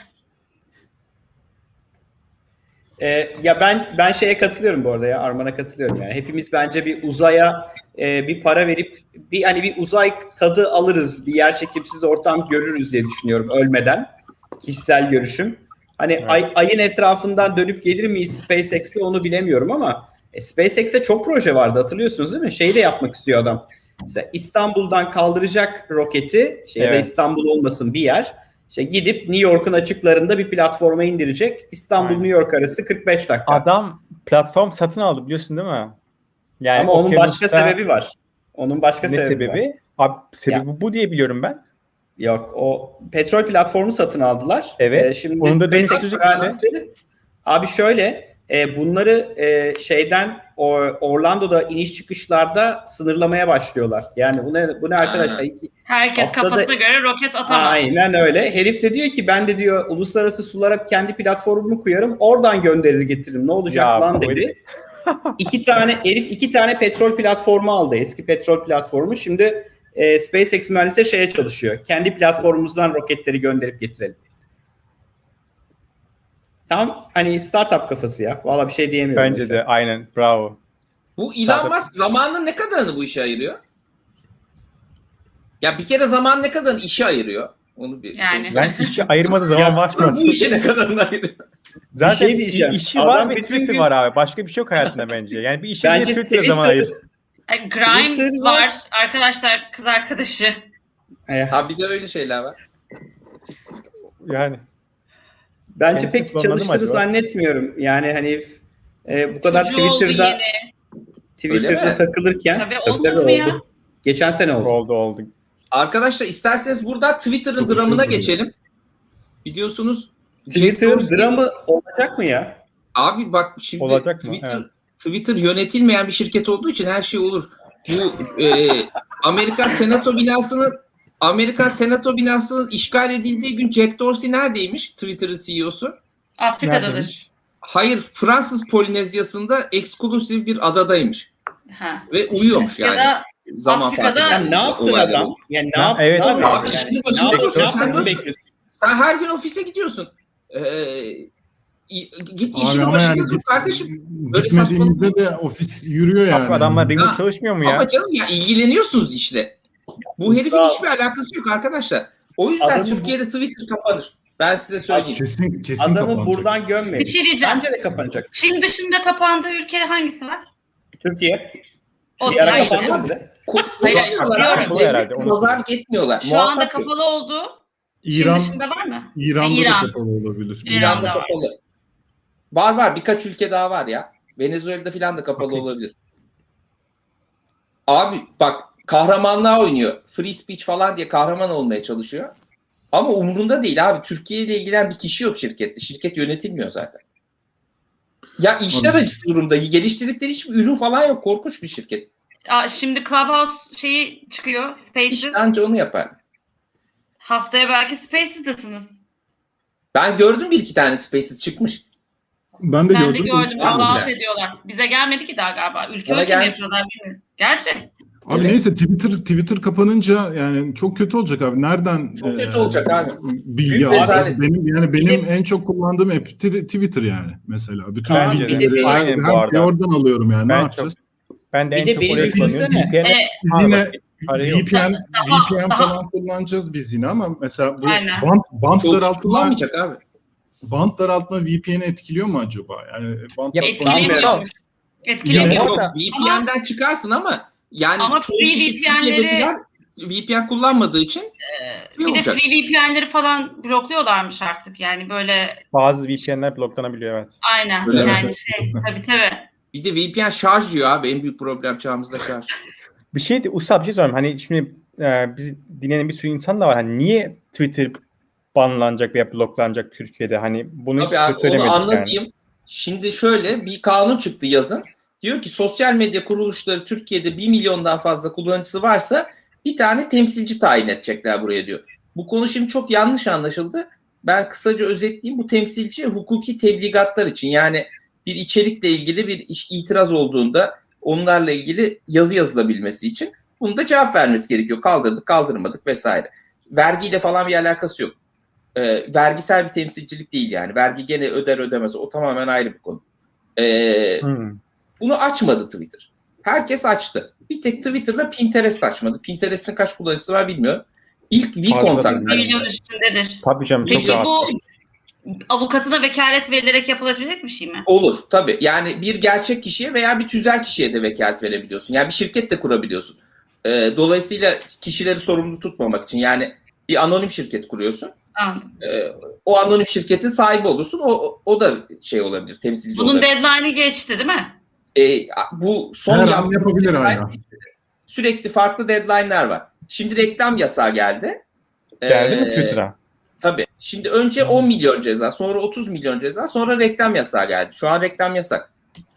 ya ben şeye katılıyorum bu arada ya, Arman'a katılıyorum yani. Hepimiz bence bir uzaya bir para verip bir uzay tadı alırız, bir yerçekimsiz ortam görürüz diye düşünüyorum ölmeden. Kişisel görüşüm. Hani Evet. ayın etrafından dönüp gelir miyiz SpaceX'le onu bilemiyorum ama SpaceX'e çok proje vardı, hatırlıyorsunuz değil mi? Şeyi de yapmak istiyor adam. Mesela İstanbul'dan kaldıracak roketi, ya da Evet. İstanbul olmasın bir yer. İşte gidip New York'un açıklarında bir platforma indirecek. İstanbul Aynen. New York arası 45 dakika. Adam platform satın aldı biliyorsun değil mi? Yani Ama onun başka Okyanus'ta- sebebi var. Onun başka ne sebebi var. sebebi? Abi sebebi bu diye biliyorum ben. Yok, o petrol platformu satın aldılar. Evet. Şimdi Onu da SpaceX dönüştürecek mühendisleri abi şöyle bunları Orlando'da iniş çıkışlarda sınırlamaya başlıyorlar. Yani bu ne arkadaşlar? Herkes Haftada- kafasına göre roket atamaz. Aynen öyle. Herif de diyor ki ben de diyor uluslararası sulara kendi platformumu koyarım. Oradan gönderir getiririm. Ne olacak Ya, lan bu dedi. iki tane petrol platformu aldı. Eski petrol platformu. Şimdi SpaceX mühendisleri şeye çalışıyor. Kendi platformumuzdan roketleri gönderip getirelim. Tam hani startup kafası ya. Valla bir şey diyemiyorum. Bence Efe. de aynen. Bravo. Bu Elon Musk zamanın ne kadarını bu işe ayırıyor? Ya bir kere zaman ne kadarını işe ayırıyor? Onu bir Yani. konuşalım. Ben işi ayırmadığı zaman var. Bu işe ne kadarını ayırıyor? Zaten Bir şey diyeceğim. işi Adam var ve bütün Twitter gün- var abi. Başka bir şey yok hayatında bence. Yani bir işe Bence değil Twitter'a zaman ayır. Grimes Twitter var. var. Arkadaşlar, kız arkadaşı. Ha bir de öyle şeyler var. Yani Bence Kendisini pek kullanmadı mı çalıştığını acaba? zannetmiyorum. Yani hani bu kadar Çocuğu oldu Twitter'da yeni. Öyle mi? takılırken Tabii, olur mu ya? Geçen sene oldu. oldu. Arkadaşlar isterseniz burada Twitter'ın Çok dramına şey geçelim. Biliyorsunuz Twitter Jack Dorsey- dramı olacak mı ya? Abi bak şimdi Olacak mı? Twitter, Evet. Twitter yönetilmeyen bir şirket olduğu için her şey olur. Bu Amerikan Senato binasının işgal edildiği gün Jack Dorsey neredeymiş? Twitter'ın CEO'su. Afrika'dadır. Neredeymiş? Hayır, Fransız Polinezyası'nda eksklusif bir adadaymış Ha. ve uyuyormuş Ya yani. da zaman Afrika'da- farkı. Yani ne yapsın Olayları. adam? Yani ne Ha, yapsın evet. abi? Abi Yani işini ne başında yapsın? tutuyorsun. Sen Nasıl nasıl- bekliyorsun? Sen her gün ofise gidiyorsun. Git Abi işini ama başına yani dur kardeşim. Böyle gitmediğimizde de ofis yürüyor yani. Adamlar remote Ha, çalışmıyor mu ya? Ama canım ya ilgileniyorsunuz işle. Bu herifin Usta- hiçbir alakası yok arkadaşlar. O yüzden Adamı bu- Türkiye'de Twitter kapanır. Ben size söyleyeyim. Kesin Adamı kapanacak. buradan gömmeyin. Bir şey diyeceğim. Bence de kapanacak. Çin dışında kapandığı ülke hangisi var? Türkiye. O- Bir ara Hayır, kapandı canım. bize. Kullanıyorlar abi. Bu herhalde, Devlet onu pazarlık etmiyorlar. Şu anda Muhatap yok. kapalı olduğu Çin İran, dışında var mı? İran'da İran. da kapalı olabilir. İran. İran'da var. kapalı. Var. Birkaç ülke daha var ya. Venezuela'da falan da kapalı Okey. olabilir. Abi bak kahramanlığa oynuyor. Free speech falan diye kahraman olmaya çalışıyor. Ama umurunda değil abi. Türkiye ile ilgilen bir kişi yok şirkette. Şirket yönetilmiyor zaten. Ya işler Anladım. acısı durumda. Geliştirdikleri hiçbir ürün falan yok. Korkunç bir şirket. Şimdi Clubhouse şeyi çıkıyor. Spaces. İşte anca onu yapar. Haftaya belki Spaces'dasınız. Ben gördüm bir iki tane Spaces çıkmış. Ben de Ben de gördüm. gördüm. Var mı Launch bile? ediyorlar. Bize gelmedi ki daha galiba. Ülke Bana ölçümü gelmiş. yapıyorlar bilmiyorum. Gerçek. Abi Evet. neyse Twitter kapanınca yani çok kötü olacak abi. Nereden Çok kötü olacak abi. bilgi Büyük alacağız? rezalet. Benim Bir de- en çok kullandığım app Twitter yani mesela. Bütün Bence de. bilgileri Aynen bu her arada. şeyi oradan alıyorum yani. Ne Ben yapacağız? Ben de Bir en de çok beni oraya düşünsene. kullanıyorum. VPN Biz Ha, yine bak, parayı yok. VPN Daha- falan kullanacağız biz yine ama mesela bu Aynen. bant Çok daraltma kullanmayacak abi. VPN'i etkiliyor mu acaba? Yani bant Ya, Etkilemiyormuş. Ya, Etkilemiyor. Orada- Yok, VPN'den çıkarsın ama yani Ama çoğu free kişi VPN'leri Türkiye'dekiler VPN kullanmadığı için Bir de olacak. free VPN'leri falan blokluyorlarmış artık. Yani böyle Bazı VPN'ler bloklanabiliyor evet. aynen. Öyle mi? Yani tabii. Bir de VPN şarj yiyor abi. En büyük problem çağımızda şarj. Bir şey de Usta bir şey sorayım. Hani şimdi bizi dinleyen bir sürü insan da var. Hani niye Twitter banlanacak veya bloklanacak Türkiye'de? Hani bunu hiç Tabii abi onu söylemedik anlatayım. yani. Şimdi şöyle bir kanun çıktı yazın. Diyor ki sosyal medya kuruluşları Türkiye'de 1 milyondan fazla kullanıcısı varsa bir tane temsilci tayin edecekler buraya diyor. Bu konu şimdi çok yanlış anlaşıldı. Ben kısaca özetleyeyim. Bu temsilci hukuki tebligatlar için yani bir içerikle ilgili bir itiraz olduğunda onlarla ilgili yazı yazılabilmesi için bunu da cevap vermesi gerekiyor. Kaldırdık, kaldırmadık vesaire. Vergiyle falan bir alakası yok. Vergisel bir temsilcilik değil yani. Vergi gene öder ödemez. O tamamen ayrı bir konu. Bunu açmadı Twitter. Herkes açtı. Bir tek Twitter'la Pinterest açmadı. Pinterest'in kaç kullanıcısı var bilmiyorum. İlk V-Contact Bir açtı. milyon üstündedir. Tabii canım çok Peki rahat. bu avukatına vekalet verilerek yapılabilecek bir şey mi? Olur tabii. Yani bir gerçek kişiye veya bir tüzel kişiye de vekalet verebiliyorsun. Yani bir şirket de kurabiliyorsun. Dolayısıyla kişileri sorumlu tutmamak için yani bir anonim şirket kuruyorsun. Anladım. O anonim şirketin sahibi olursun. O da şey olabilir, temsilci Bunun olabilir. deadline'ı geçti değil mi? Bu son her an yaptığı yapabilir deadline hala. sürekli farklı deadline'lar var. Şimdi reklam yasağı geldi. Geldi mi Twitter'a? Tabii. Şimdi önce 10 milyon ceza, sonra 30 milyon ceza, sonra reklam yasağı geldi. Şu an reklam yasak.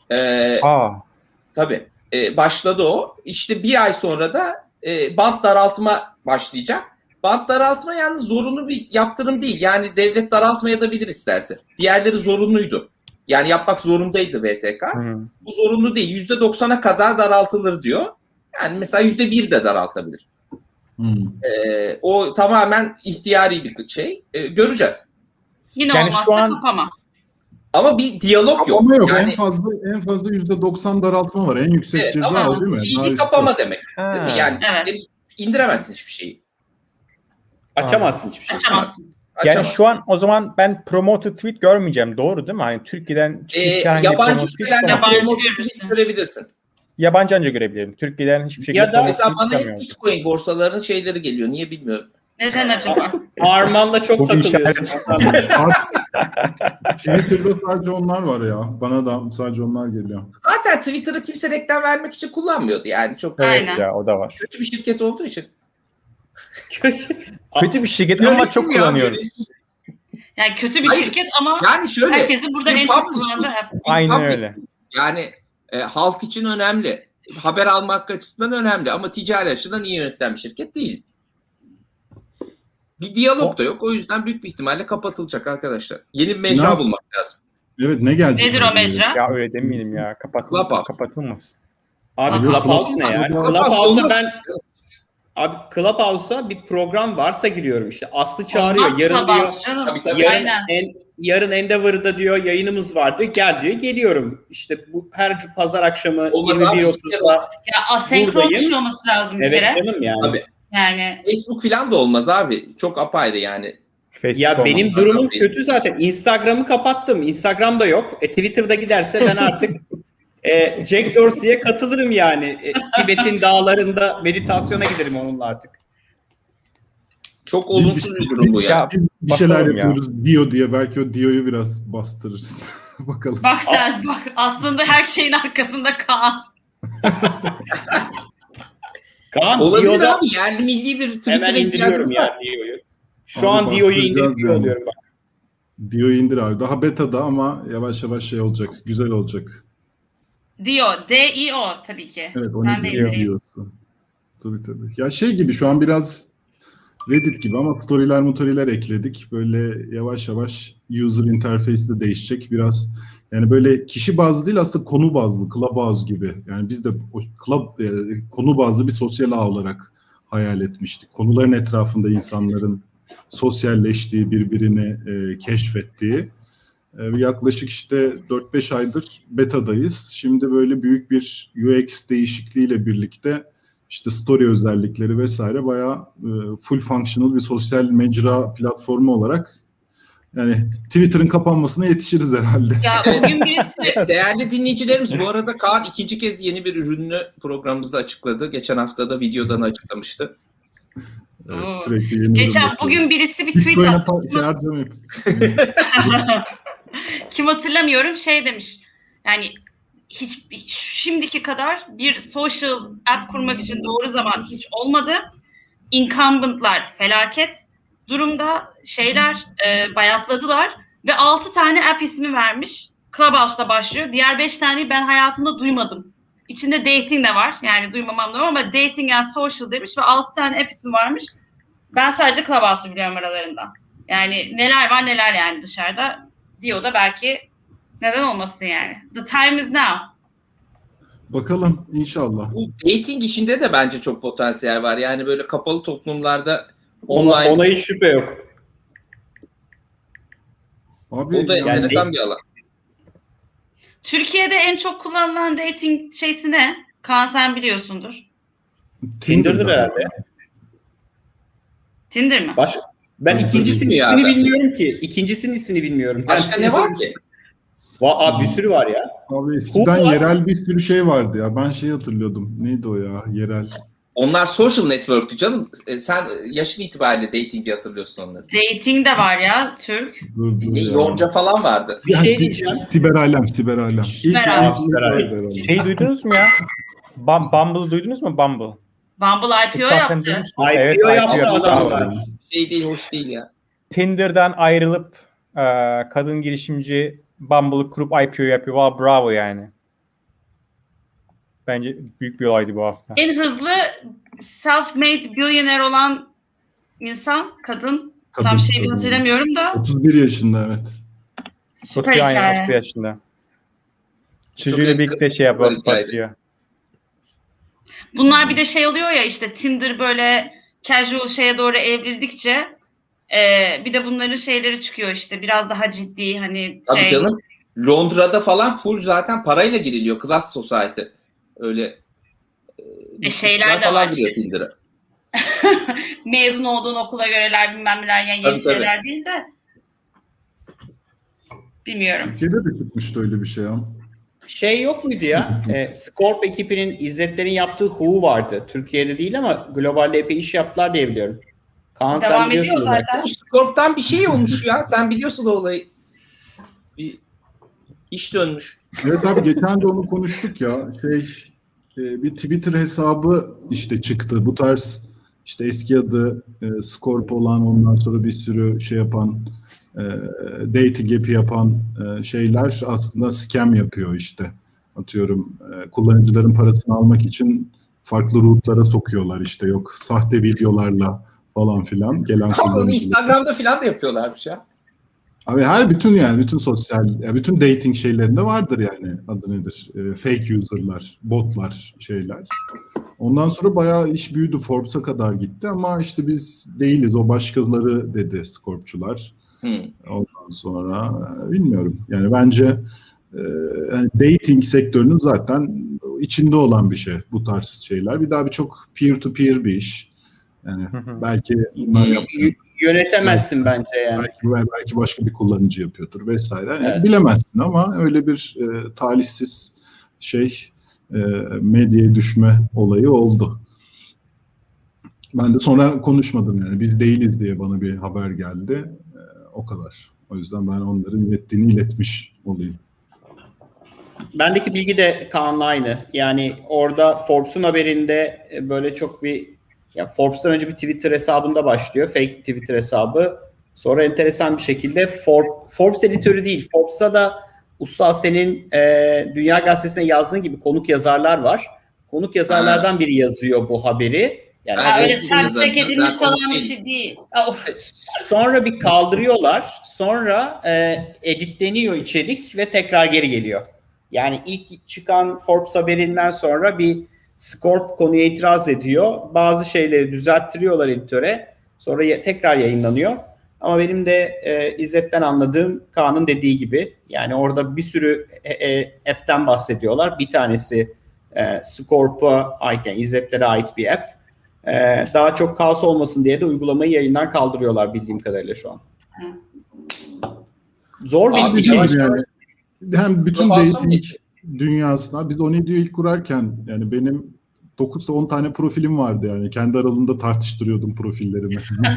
Tabii. Başladı o. İşte bir ay sonra da bant daraltma başlayacak. Bant daraltma yalnız zorunlu bir yaptırım değil. Yani devlet daraltmaya da bilir isterse. Diğerleri zorunluydu. Yani yapmak zorundaydı VTK. Bu zorunlu değil. %90'a kadar daraltılır diyor. Yani mesela %1 de daraltabilir. O tamamen ihtiyari bir şey. Göreceğiz. Yine Yani olmazsa şu an- kapama. Ama bir diyalog yok. Kapama yok. Yani, En fazla %90 daraltma var. En yüksek evet, ceza ama o değil mi? Daha fiili üstü. kapama demek. Değil mi? Ha. Yani Evet. indiremezsin hiçbir şeyi. Açamazsın hiçbir şey. Açamazsın. Yani Açamazsın. şu an o zaman ben promoted tweet görmeyeceğim. Doğru değil mi? Hani Türkiye'den çıkmış herhangi bir Yabancı promoted tweet ülkelerden Yabancı promoted görürsün. tweet görebilirsin. yabancı anca görebilirim. Türkiye'den hiçbir şekilde Ya da promoted Mesela tweet bana hep çıkamıyorum. Bitcoin borsalarının şeyleri geliyor. Niye bilmiyorum. Neden acaba? Arman'la çok Bu bir takılıyorsun. Twitter'da sadece onlar var ya. Bana da sadece onlar geliyor. Zaten Twitter'ı kimse reklam vermek için kullanmıyordu. Yani çok Evet Aynen. ya o da var. kötü bir şirket olduğu için. Kötü bir şirket ama Yönetim çok ya, kullanıyoruz. yönetim. Yani kötü bir Hayır. şirket ama Yani şöyle. herkesin buradan en çok kullandığı hep. Aynen public. öyle. Yani halk için önemli. Haber almak açısından önemli. Ama ticari açıdan iyi yönetilen bir şirket değil. Bir diyalog da yok. O yüzden büyük bir ihtimalle kapatılacak arkadaşlar. Yeni bir mecra Ne? bulmak lazım. Evet ne gelecek? Nedir o mecra? Ya öyle demeyelim ya. Clubhouse. Kapatılmaz. Abi Clubhouse Clubhouse ne ya? Clubhouse Clubhouse'a olmaz. abi Clubhouse'a bir program varsa giriyorum işte. Aslı çağırıyor. Olmaz Yarın diyor. Clubhouse canım. Tabii. Yarın Aynen. yarın Endeavor'da diyor yayınımız var diyor. Gel diyor. Geliyorum. İşte bu her pazar akşamı Olmaz abi, 21.30'da. Ya asenkron bir Buradayım. şey olması lazım bir Evet kere. canım yani. Tabii. Yani Facebook falan da olmaz abi. Çok apayrı yani. Facebook Ya olmaz. benim olmaz. durumum Facebook. kötü zaten. Instagram'ı kapattım. Instagram'da yok. Twitter'da giderse ben artık Jack Dorsey'e katılırım yani. Tibet'in dağlarında meditasyona giderim onunla artık. Çok olumsuz bir durum bu ya. Ya, Biz bir şeyler bakalım ya. yapıyoruz Dio diye. Belki o Dio'yu biraz bastırırız. Bakalım. bak sen bak aslında her şeyin arkasında Kaan. Kaan Olabilir Dio'da abi. Yani milli bir hemen Twitter'a indiriyorum ihtiyacımız var. ya Dio'yu. Şu Abi an Dio'yu bastıracağız indirip yani. oluyorum bak. Dio'yu indir abi. Daha beta'da ama yavaş yavaş şey olacak. Güzel olacak. Dio. D-I-O tabii ki. Evet, o Ben ne de diyor indireyim. diyorsun. Tabii. Ya şey gibi şu an biraz Reddit gibi ama story'ler ekledik. Böyle yavaş yavaş user interface de değişecek. Biraz yani böyle kişi bazlı değil aslında konu bazlı, Clubhouse gibi. Yani biz de o konu bazlı bir sosyal ağ olarak hayal etmiştik. Konuların etrafında insanların sosyalleştiği, birbirini keşfettiği. Yaklaşık işte 4-5 aydır beta'dayız. Şimdi böyle büyük bir UX değişikliğiyle birlikte işte story özellikleri vesaire bayağı full functional bir sosyal mecra platformu olarak yani Twitter'ın kapanmasına yetişiriz herhalde. Ya bugün birisi Değerli dinleyicilerimiz, bu arada Kaan ikinci kez yeni bir ürünü programımızda açıkladı. Geçen hafta da videodan açıklamıştı. Evet, Oo. sürekli yeni geçen ürün bugün birisi bir tweet Bitcoin'e attı. şey harcamayıp. Kim hatırlamıyorum şey demiş. Yani hiç şimdiki kadar bir social app kurmak için doğru zaman hiç olmadı. Incumbent'lar felaket durumda şeyler bayatladılar ve 6 tane app ismi vermiş. Clubhouse'da başlıyor. Diğer 5 taneyi ben hayatımda duymadım. İçinde dating de var. Yani duymamam normal ama dating and social demiş ve 6 tane app ismi varmış. Ben sadece Clubhouse'u biliyorum aralarından. Yani neler var neler yani dışarıda. Dio'da belki neden olmasın yani. The time is now. Bakalım inşallah. Bu dating işinde de bence çok potansiyel var. Yani böyle kapalı toplumlarda online Ona hiç şüphe yok. Abi o da yani enteresan bir alan. Türkiye'de en çok kullanılan dating şeysi ne? Kaan sen biliyorsundur. Tinder'dır herhalde. Tinder mi? Ben Tabii, ikincisinin tabii. ismini Ya, bilmiyorum ki. İkincisinin ismini bilmiyorum. Başka ne var ki? Abi bir sürü var ya. Abi eskiden Hoop var. yerel bir sürü şey vardı ya. Ben şey hatırlıyordum. Neydi o ya? Yerel. Onlar social network'tü canım. Sen yaşın itibariyle dating'i hatırlıyorsun onları. Dating de var ya Türk. Dur ya. Yonca falan vardı. Bir şey Yani diyeceğim. Siber alem. İlk Siber alem. Siber alem. Şey duydunuz mu ya? Bumble duydunuz mu Bumble? Bumble IPO Esasen yaptı. duymuştum. IPO Evet, yaptı IPO adam. Bravo. Şey değil, hoş değil ya. Tinder'dan ayrılıp kadın girişimci Bumble'ı kurup IPO yapıyor. Vallahi bravo yani. Bence büyük bir olaydı bu hafta. En hızlı self-made billionaire olan insan, kadın. Tam şeyi hatırlamıyorum da. 31 yaşında evet. Süper Tutuyor aynen hikaye. 31 yaşında. Çocuğuyla birlikte şey yapıyor, Süper hikaye. basıyor. Bunlar bir de şey oluyor ya işte Tinder böyle casual şeye doğru evrildikçe bir de bunların şeyleri çıkıyor işte biraz daha ciddi hani Tabii şey. canım. Londra'da falan full zaten parayla giriliyor. Class Society. Öyle şeyler de falan var. giriyor Tinder'a. Mezun olduğun okula göreler bilmem neler yani yeni Tabii, şeyler değil de bilmiyorum. Türkiye'de de çıkmıştı öyle bir şey ya. Şey yok muydu ya? Scorp ekibinin İzzetlerin yaptığı Who vardı. Türkiye'de değil ama globalde epey iş yaptılar diye biliyorum. Kaan sen Devam ediyor biliyorsun. zaten. Bu Scorp'tan bir şey olmuş ya. Sen biliyorsun o olayı. Bir iş dönmüş. Evet abi geçen de onu konuştuk ya. Bir Twitter hesabı işte çıktı. Bu tarz işte eski adı Scorp olan ondan sonra bir sürü şey yapan dating app'i yapan şeyler aslında scam yapıyor işte. Atıyorum kullanıcıların parasını almak için farklı rootlara sokuyorlar işte. Yok sahte videolarla falan filan gelen Ama onu kullanıcılar. Instagram'da falan da yapıyorlarmış ya. Abi bütün sosyal, ya bütün dating şeylerinde vardır yani, adı nedir? Fake user'lar, botlar, şeyler. Ondan sonra bayağı iş büyüdü, Forbes'a kadar gitti ama işte biz değiliz, o başkaları dedi Scorp'çular. Ondan sonra bilmiyorum. Yani bence yani dating sektörünün zaten içinde olan bir şey bu tarz şeyler. Bir daha çok peer to peer bir iş. Yani belki bunlar yapıyor. Yönetemezsin bence yani. Belki başka bir kullanıcı yapıyordur vesaire. Yani Evet. bilemezsin ama öyle bir talihsiz medyaya düşme olayı oldu. Ben de sonra konuşmadım yani. Biz değiliz diye bana bir haber geldi. O kadar. O yüzden ben onların ilettiğini iletmiş olayım. Bendeki bilgi de Kaan'la aynı. Yani orada Forbes'un haberinde böyle çok Forbes'tan önce bir Twitter hesabında başlıyor. Fake Twitter hesabı. Sonra enteresan bir şekilde Forbes editörü değil. Forbes'a da Ussal senin Dünya Gazetesi'ne yazdığın gibi konuk yazarlar var. Konuk yazarlardan biri yazıyor bu haberi. Yani öyle fact-check edilmiş falan bir şey değil. Sonra bir kaldırıyorlar. Sonra editleniyor içerik ve tekrar geri geliyor. Yani ilk çıkan Forbes haberinden sonra bir Scorp konuya itiraz ediyor. Bazı şeyleri düzelttiriyorlar editöre. Sonra tekrar yayınlanıyor. Ama benim de İzzet'ten anladığım Kaan'ın dediği gibi. Yani orada bir sürü app'ten bahsediyorlar. Bir tanesi Scorp'a ait, yani İzzet'lere ait bir app. Daha çok kaos olmasın diye de uygulamayı yayından kaldırıyorlar bildiğim kadarıyla şu an. Zor bir Abi yavaş yani. Hem bütün Profesör dating dünyasına, biz Onedio'yu ilk kurarken yani benim 9-10 tane profilim vardı yani. Kendi aralığında tartıştırıyordum profillerimi.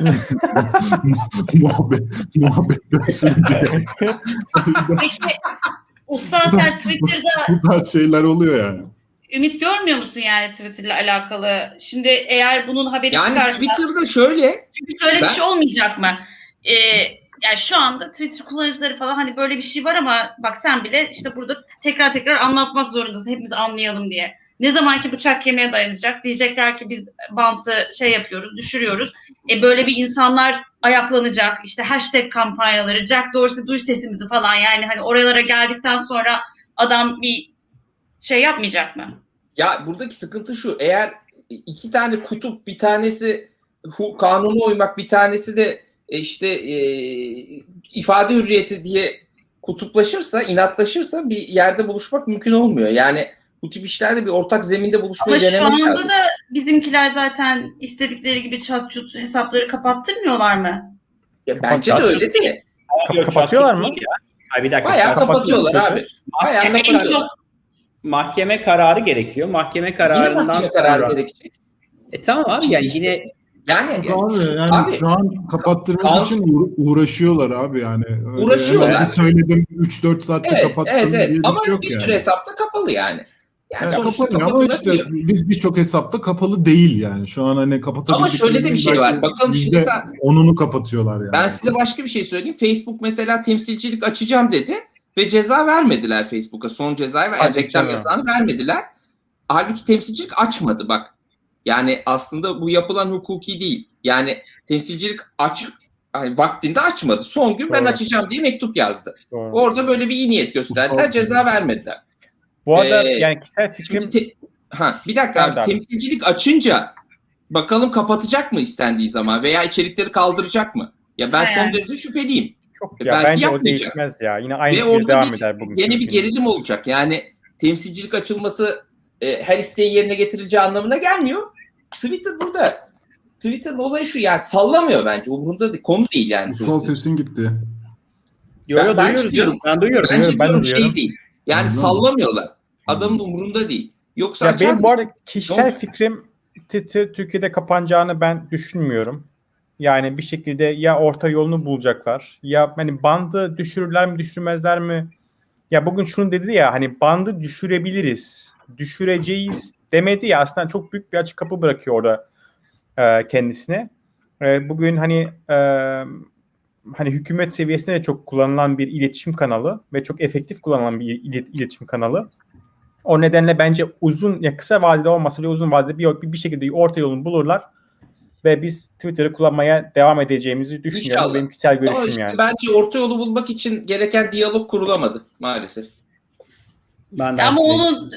muhabbet dönsün diye. Peki Usta sen Twitter'da Bu tarz şeyler oluyor yani. ümit görmüyor musun yani Twitter'la alakalı? Şimdi eğer bunun haberi Yani çıkarsa... Twitter'da şöyle... Çünkü şöyle bir şey olmayacak mı? Yani şu anda Twitter kullanıcıları falan hani böyle bir şey var ama bak sen bile işte burada tekrar anlatmak zorundasın. Hepimiz anlayalım diye. Ne zaman ki bıçak kemiğe dayanacak diyecekler ki biz bantı yapıyoruz, düşürüyoruz. Böyle bir insanlar ayaklanacak. İşte hashtag kampanyaları, Jack Dorsey duy sesimizi falan, yani hani oralara geldikten sonra adam bir yapmayacak mı? Ya buradaki sıkıntı şu: eğer iki tane kutup, bir tanesi kanuna uymak, bir tanesi de ifade hürriyeti diye kutuplaşırsa, inatlaşırsa bir yerde buluşmak mümkün olmuyor. Yani bu tip işlerde bir ortak zeminde buluşmayı denemek lazım. Ama şu anda da bizimkiler zaten istedikleri gibi çat-çut hesapları kapattırmıyorlar mı? Ya bence de öyle de. Kapatıyorlar mı? Bir dakika. Bayağı kapatıyorlar abi. Bayağı kapatıyorlar. Mahkeme kararı gerekiyor. Mahkeme Yine kararından mahkeme sonra... kararı gerekecek. Tamam abi, yani yine... Yani şu an kapattırmak için uğraşıyorlar abi yani. Uğraşıyorlar. Ben söyledim 3-4 saatte kapattım diye bir ama şey yok bir yani. sürü hesapta kapalı yani. Yani kapalı ama işte biz birçok hesapta kapalı değil yani. Şu an hani kapatabildik. Ama şöyle de bir şey var. Bakalım şimdi mesela onunu kapatıyorlar yani. Ben size başka bir şey söyleyeyim. Facebook mesela temsilcilik açacağım dedi ve ceza vermediler Facebook'a. Son cezayı ve reklam yasağını vermediler. Halbuki temsilcilik açmadı bak. Yani aslında bu yapılan hukuki değil. Yani temsilcilik vaktinde açmadı. Son gün ben açacağım diye mektup yazdı. Doğru. Orada böyle bir iyi niyet gösterdiler. Ceza vermediler. Bu arada yani kişisel fikrim... Bir dakika abi. Temsilcilik açınca bakalım kapatacak mı istendiği zaman veya içerikleri kaldıracak mı? Ya ben son derece şüpheliyim. Çok ya, belki bence o değişmez ya. Yine aynı şekilde devam eder bugün. Yeni bir gerilim olacak. Yani temsilcilik açılması her isteği yerine getirileceği anlamına gelmiyor. Twitter'ın olayı şu, yani sallamıyor bence. Umurunda değil. Konu değil yani. Sol sesin gitti. Ben duyuyorum. Bence diyorum şey değil. Yani sallamıyorlar. Adamın umurunda değil. Yoksa ya benim bu arada kişisel fikrim Twitter Türkiye'de kapanacağını ben düşünmüyorum. Yani bir şekilde ya orta yolunu bulacaklar ya hani bandı düşürürler mi düşürmezler mi? Ya bugün şunu dedi ya, hani bandı düşürebiliriz, düşüreceğiz demedi ya, aslında çok büyük bir açık kapı bırakıyor orada kendisine. Bugün hani hükümet seviyesinde de çok kullanılan bir iletişim kanalı ve çok efektif kullanılan bir iletişim kanalı. O nedenle bence kısa vadede olmasa bile uzun vadede bir şekilde orta yolunu bulurlar ve biz Twitter'ı kullanmaya devam edeceğimizi düşünüyorum. İnşallah. Benim kişisel Ama görüşüm işte yani. bence orta yolu bulmak için gereken diyalog kurulamadı maalesef. Ben de Ama aynı onun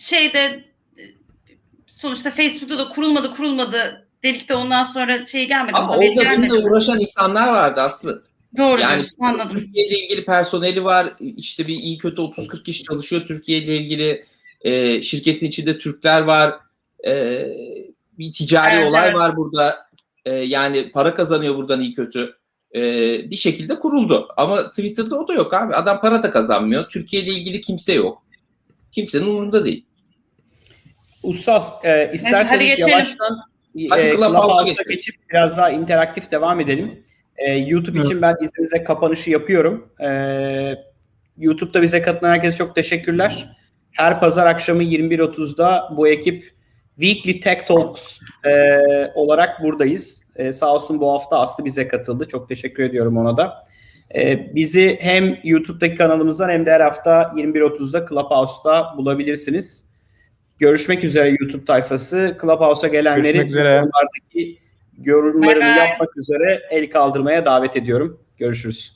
sonuçta Facebook'ta da kurulmadı dedik de ondan sonra gelmedi. Ama haberi orada gelmedi. bununla uğraşan insanlar vardı Aslı. Doğru Yani diyorsun, anladım. Türkiye ile ilgili personeli var. İşte bir iyi kötü 30-40 kişi çalışıyor Türkiye ile ilgili. Şirketin içinde Türkler var. Bir ticari Evet, olay evet. var burada. Yani para kazanıyor buradan iyi kötü. Bir şekilde kuruldu. Ama Twitter'da o da yok abi. Adam para da kazanmıyor. Türkiye ile ilgili kimse yok. Kimsenin umurunda değil. Ussal, hadi isterseniz geçelim. yavaştan Hadi Clubhouse'a Clubhouse'a geçip biraz daha interaktif devam edelim. YouTube için ben izninize kapanışı yapıyorum. YouTube'da bize katılan herkese çok teşekkürler. Her pazar akşamı 21.30'da bu ekip Weekly Tech Talks olarak buradayız. Sağ olsun bu hafta Aslı bize katıldı. Çok teşekkür ediyorum ona da. Bizi hem YouTube'daki kanalımızdan hem de her hafta 21.30'da Clubhouse'da bulabilirsiniz. Görüşmek üzere YouTube tayfası. Clubhouse'a gelenleri Görüşmek üzere. yorumlardaki yorumlarını Bye bye. yapmak üzere el kaldırmaya davet ediyorum. Görüşürüz.